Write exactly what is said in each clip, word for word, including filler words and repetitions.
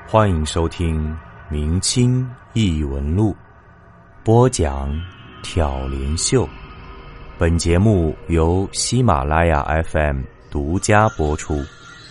欢迎收听《明清异闻录》，播讲挑帘秀。本节目由喜马拉雅 F M 独家播出。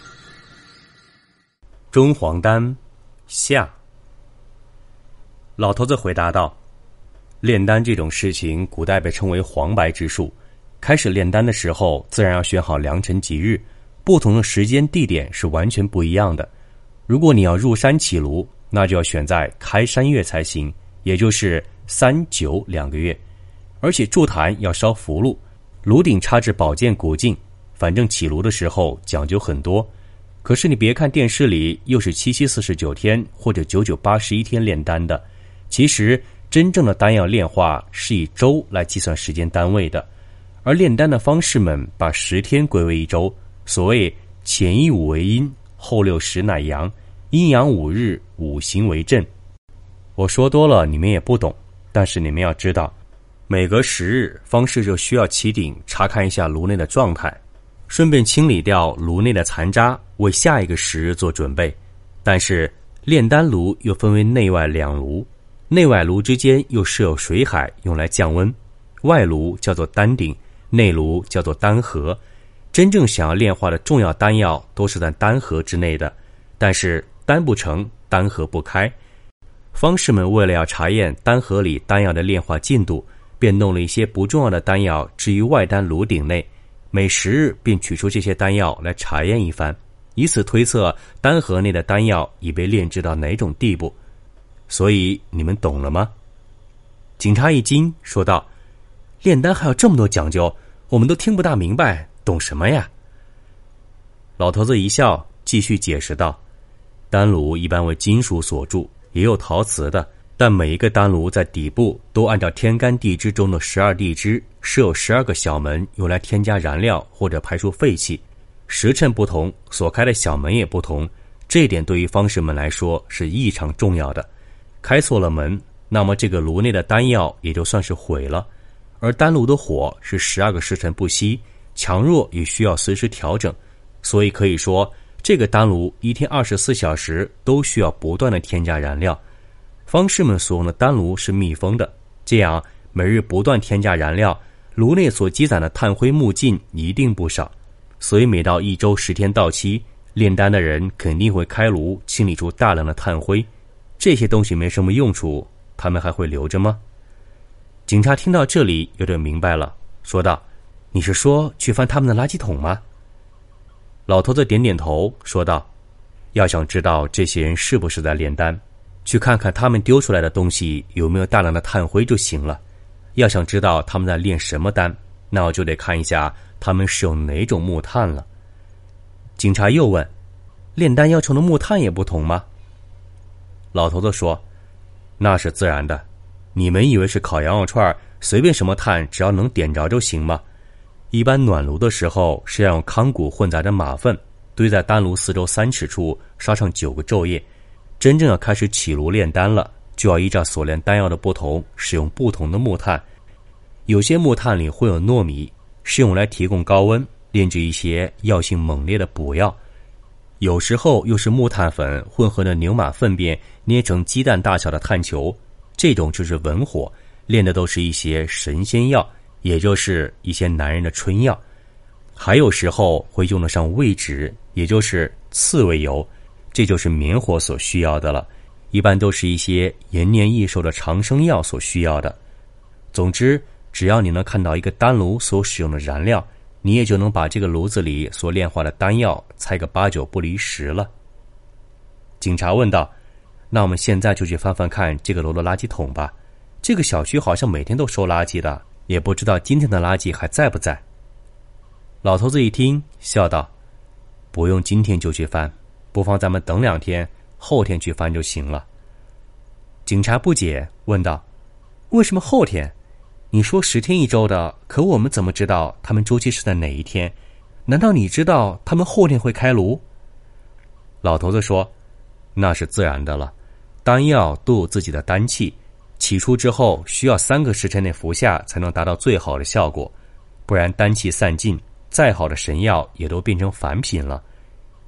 中黄丹下。老头子回答道：炼丹这种事情，古代被称为黄白之术。开始炼丹的时候，自然要选好良辰吉日，不同的时间地点是完全不一样的。如果你要入山起炉，那就要选在开山月才行，也就是三九两个月。而且筑坛要烧符箓，炉顶插置宝剑古镜，反正起炉的时候讲究很多。可是你别看电视里又是七七四十九天或者九九八十一天炼丹的，其实真正的丹药炼化是以周来计算时间单位的。而炼丹的方士们把十天归为一周，所谓前一五为阴，后六十乃阳，阴阳五日，五行为震。我说多了你们也不懂，但是你们要知道，每隔十日方士就需要起鼎查看一下炉内的状态，顺便清理掉炉内的残渣，为下一个十日做准备。但是炼丹炉又分为内外两炉，内外炉之间又设有水海用来降温，外炉叫做丹鼎，内炉叫做丹盒。真正想要炼化的重要丹药都是在丹盒之内的，但是丹不成，丹盒不开。方士们为了要查验丹盒里丹药的炼化进度，便弄了一些不重要的丹药置于外丹炉鼎内，每十日便取出这些丹药来查验一番，以此推测丹盒内的丹药已被炼制到哪种地步。所以你们懂了吗？警察一惊，说道：炼丹还有这么多讲究，我们都听不大明白，懂什么呀？老头子一笑，继续解释道：丹炉一般为金属所铸，也有陶瓷的，但每一个丹炉在底部都按照天干地支中的十二地支设有十二个小门，用来添加燃料或者排出废气。时辰不同，所开的小门也不同，这一点对于方士们来说是异常重要的。开错了门，那么这个炉内的丹药也就算是毁了。而丹炉的火是十二个时辰不息，强弱也需要随时调整，所以可以说这个丹炉一天二十四小时都需要不断的添加燃料。方士们所用的丹炉是密封的，这样每日不断添加燃料，炉内所积攒的炭灰木烬一定不少。所以每到一周十天到期，炼丹的人肯定会开炉清理出大量的炭灰。这些东西没什么用处，他们还会留着吗？警察听到这里有点明白了，说道：你是说去翻他们的垃圾桶吗？老头子点点头，说道：要想知道这些人是不是在炼丹，去看看他们丢出来的东西有没有大量的炭灰就行了。要想知道他们在炼什么丹，那我就得看一下他们使用哪种木炭了。警察又问：炼丹要求的木炭也不同吗？老头子说：那是自然的，你们以为是烤羊肉串，随便什么炭只要能点着就行吗？一般暖炉的时候是要用糠谷混杂着马粪，堆在丹炉四周三尺处，烧上九个昼夜。真正要开始起炉炼丹了，就要依照所炼丹药的不同，使用不同的木炭。有些木炭里会有糯米，是用来提供高温，炼制一些药性猛烈的补药。有时候又是木炭粉混合的牛马粪便捏成鸡蛋大小的炭球，这种就是文火，炼的都是一些神仙药，也就是一些男人的春药。还有时候会用得上味脂，也就是刺猬油，这就是棉火所需要的了，一般都是一些延年益寿的长生药所需要的。总之，只要你能看到一个丹炉所使用的燃料，你也就能把这个炉子里所炼化的丹药猜个八九不离十了。警察问道：那我们现在就去翻翻看这个楼的垃圾桶吧，这个小区好像每天都收垃圾的，也不知道今天的垃圾还在不在。老头子一听，笑道：不用今天就去翻，不妨咱们等两天，后天去翻就行了。警察不解，问道：为什么后天？你说十天一周的，可我们怎么知道他们周期是在哪一天？难道你知道他们后天会开炉？老头子说：那是自然的了，丹药都有自己的丹气，起出之后需要三个时辰内服下才能达到最好的效果，不然丹气散尽，再好的神药也都变成凡品了。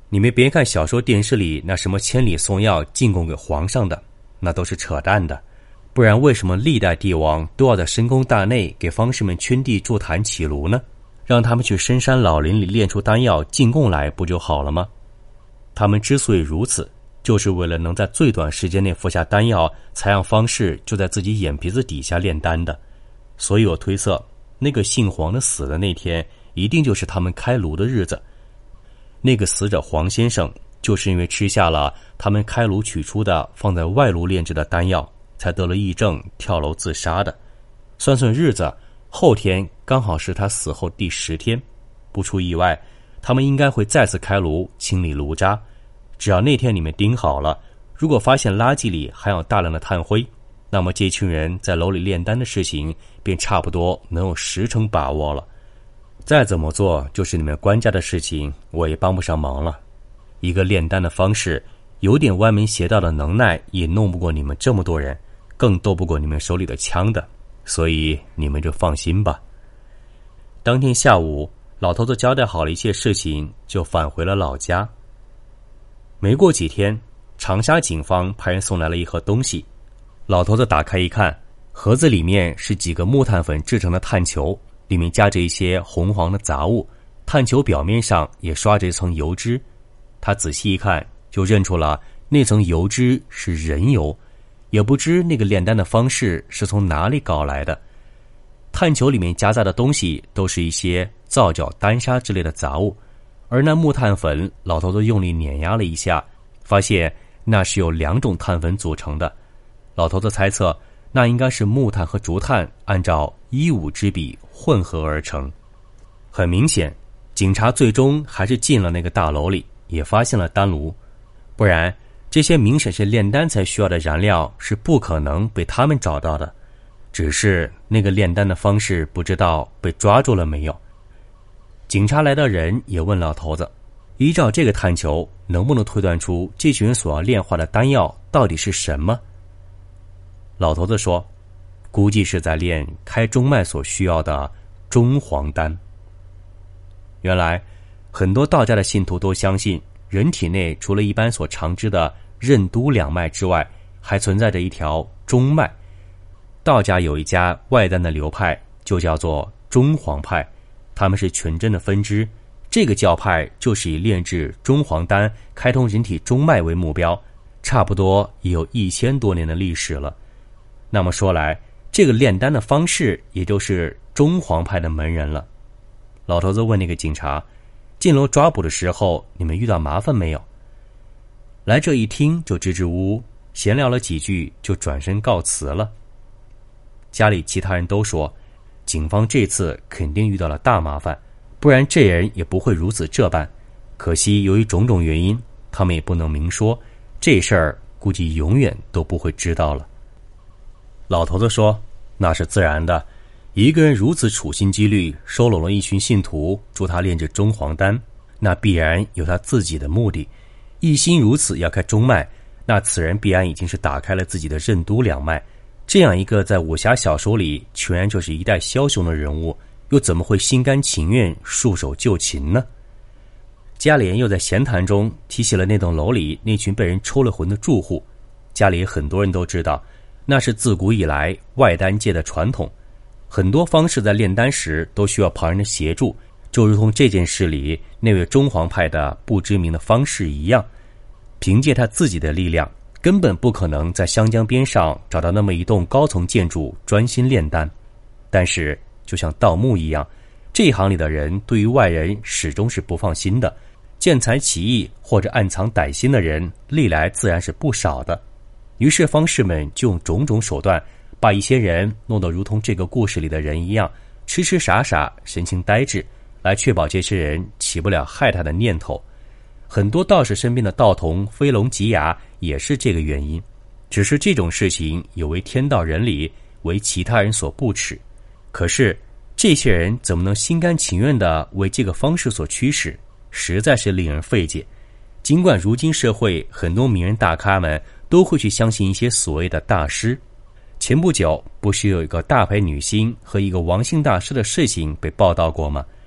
你们别看小说电视里那什么千里送药进贡给皇上的，那都是扯淡的。不然为什么历代帝王都要在深宫大内给方士们圈地筑坛起炉呢？让他们去深山老林里炼出丹药进贡来不就好了吗？他们之所以如此，就是为了能在最短时间内服下丹药，才让方士就在自己眼皮子底下炼丹的。所以我推测，那个姓黄的死的那天，一定就是他们开炉的日子。那个死者黄先生，就是因为吃下了他们开炉取出的放在外炉炼制的丹药，才得了癔症跳楼自杀的。算算日子，后天刚好是他死后第十天，不出意外，他们应该会再次开炉清理炉渣。只要那天你们盯好了，如果发现垃圾里含有大量的炭灰，那么这群人在楼里炼丹的事情便差不多能有十成把握了。再怎么做就是你们官家的事情，我也帮不上忙了。一个炼丹的方式，有点歪门邪道的能耐也弄不过你们这么多人，更斗不过你们手里的枪的，所以你们就放心吧。当天下午，老头子交代好了一切事情，就返回了老家。没过几天，长沙警方派人送来了一盒东西。老头子打开一看，盒子里面是几个木炭粉制成的炭球，里面夹着一些红黄的杂物，炭球表面上也刷着一层油脂。他仔细一看，就认出了那层油脂是人油，也不知那个炼丹的方式是从哪里搞来的。炭球里面夹杂的东西都是一些皂角、丹砂之类的杂物，而那木炭粉，老头子用力碾压了一下，发现那是由两种炭粉组成的。老头子猜测，那应该是木炭和竹炭按照一五之比混合而成。很明显，警察最终还是进了那个大楼里，也发现了丹炉，不然这些明显是炼丹才需要的燃料是不可能被他们找到的。只是那个炼丹的方式不知道被抓住了没有。警察来的人也问老头子，依照这个炭球，能不能推断出这群人所要炼化的丹药到底是什么？老头子说，估计是在炼开中脉所需要的中黄丹。原来很多道家的信徒都相信，人体内除了一般所常知的任督两脉之外，还存在着一条中脉。道家有一家外丹的流派，就叫做中黄派，他们是全真的分支。这个教派就是以炼制中黄丹开通人体中脉为目标，差不多也有一千多年的历史了。那么说来，这个炼丹的方式也就是中黄派的门人了。老头子问那个警察，进楼抓捕的时候你们遇到麻烦没有？来这一听就支支吾吾，闲聊了几句就转身告辞了。家里其他人都说，警方这次肯定遇到了大麻烦，不然这人也不会如此这般。可惜由于种种原因，他们也不能明说，这事儿估计永远都不会知道了。老头子说，那是自然的，一个人如此处心积虑收拢了一群信徒，助他炼制中黄丹，那必然有他自己的目的，一心如此要开中脉，那此人必然已经是打开了自己的任督两脉。这样一个在武侠小说里全然就是一代枭雄的人物，又怎么会心甘情愿束手就擒呢？家里人又在闲谈中提起了那栋楼里那群被人抽了魂的住户。家里很多人都知道，那是自古以来外丹界的传统，很多方士在炼丹时都需要旁人的协助，就如同这件事里那位中黄派的不知名的方士一样，凭借他自己的力量，根本不可能在湘江边上找到那么一栋高层建筑专心炼丹。但是就像盗墓一样，这一行里的人对于外人始终是不放心的，见财起意或者暗藏歹心的人历来自然是不少的。于是方士们就用种种手段，把一些人弄得如同这个故事里的人一样，痴痴傻傻，神情呆滞，来确保这些人起不了害他的念头。很多道士身边的道童飞龙疾牙也是这个原因，只是这种事情有违天道人理，为其他人所不齿。可是这些人怎么能心甘情愿地为这个方式所驱使，实在是令人费解。尽管如今社会很多名人大咖们都会去相信一些所谓的大师，前不久不是有一个大牌女星和一个王姓大师的事情被报道过吗？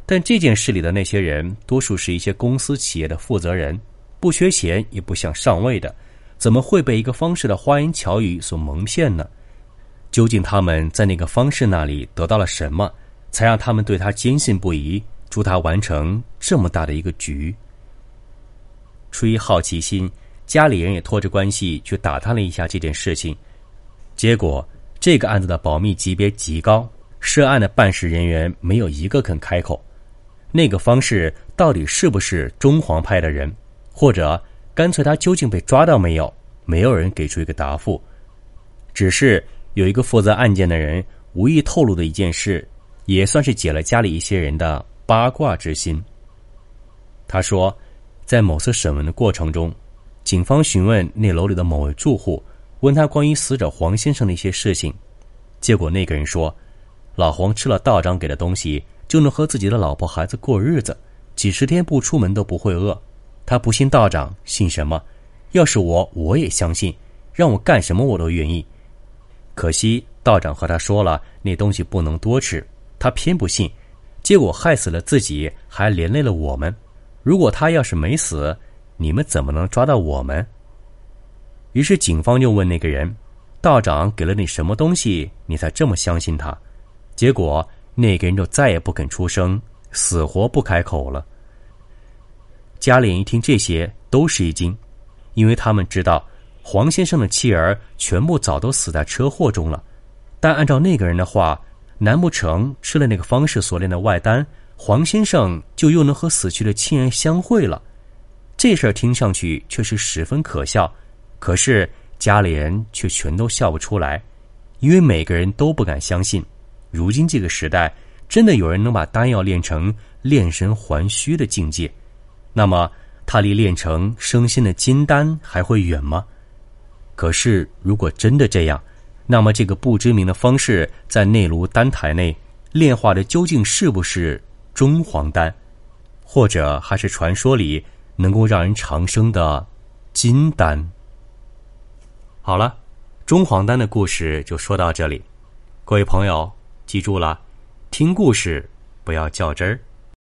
但这件事里的那些人多数是一些公司企业的负责人，不缺钱也不想上位的，怎么会被一个方士的花言巧语所蒙骗呢？究竟他们在那个方士那里得到了什么，才让他们对他坚信不疑，助他完成这么大的一个局？出于好奇心，家里人也托着关系去打探了一下这件事情。结果这个案子的保密级别极高，涉案的办事人员没有一个肯开口。那个方士到底是不是中黄派的人，或者干脆他究竟被抓到没有，没有人给出一个答复。只是有一个负责案件的人无意透露的一件事，也算是解了家里一些人的八卦之心。他说，在某次审问的过程中，警方询问那楼里的某位住户，问他关于死者黄先生的一些事情。结果那个人说，老黄吃了道长给的东西，就能和自己的老婆孩子过日子，几十天不出门都不会饿。他不信道长，信什么？要是我，我也相信，让我干什么我都愿意。可惜道长和他说了，那东西不能多吃，他偏不信，结果害死了自己，还连累了我们。如果他要是没死，你们怎么能抓到我们？于是警方就问那个人，道长给了你什么东西，你才这么相信他？结果那个人就再也不肯出声，死活不开口了。家里人一听这些都是一惊，因为他们知道黄先生的妻儿全部早都死在车祸中了，但按照那个人的话，难不成吃了那个方士所炼的外丹，黄先生就又能和死去的亲人相会了？这事儿听上去却是十分可笑，可是家里人却全都笑不出来，因为每个人都不敢相信，如今这个时代真的有人能把丹药炼成炼神还虚的境界，那么他离炼成升仙的金丹还会远吗？可是如果真的这样，那么这个不知名的方士在内炉丹台内炼化的究竟是不是中黄丹，或者还是传说里能够让人长生的金丹？好了，中黄丹的故事就说到这里。各位朋友记住了，听故事不要较真儿。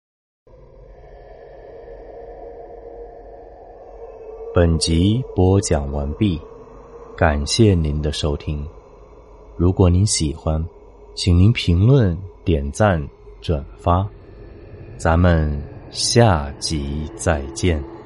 本集播讲完毕，感谢您的收听。如果您喜欢，请您评论、点赞、转发。咱们下集再见。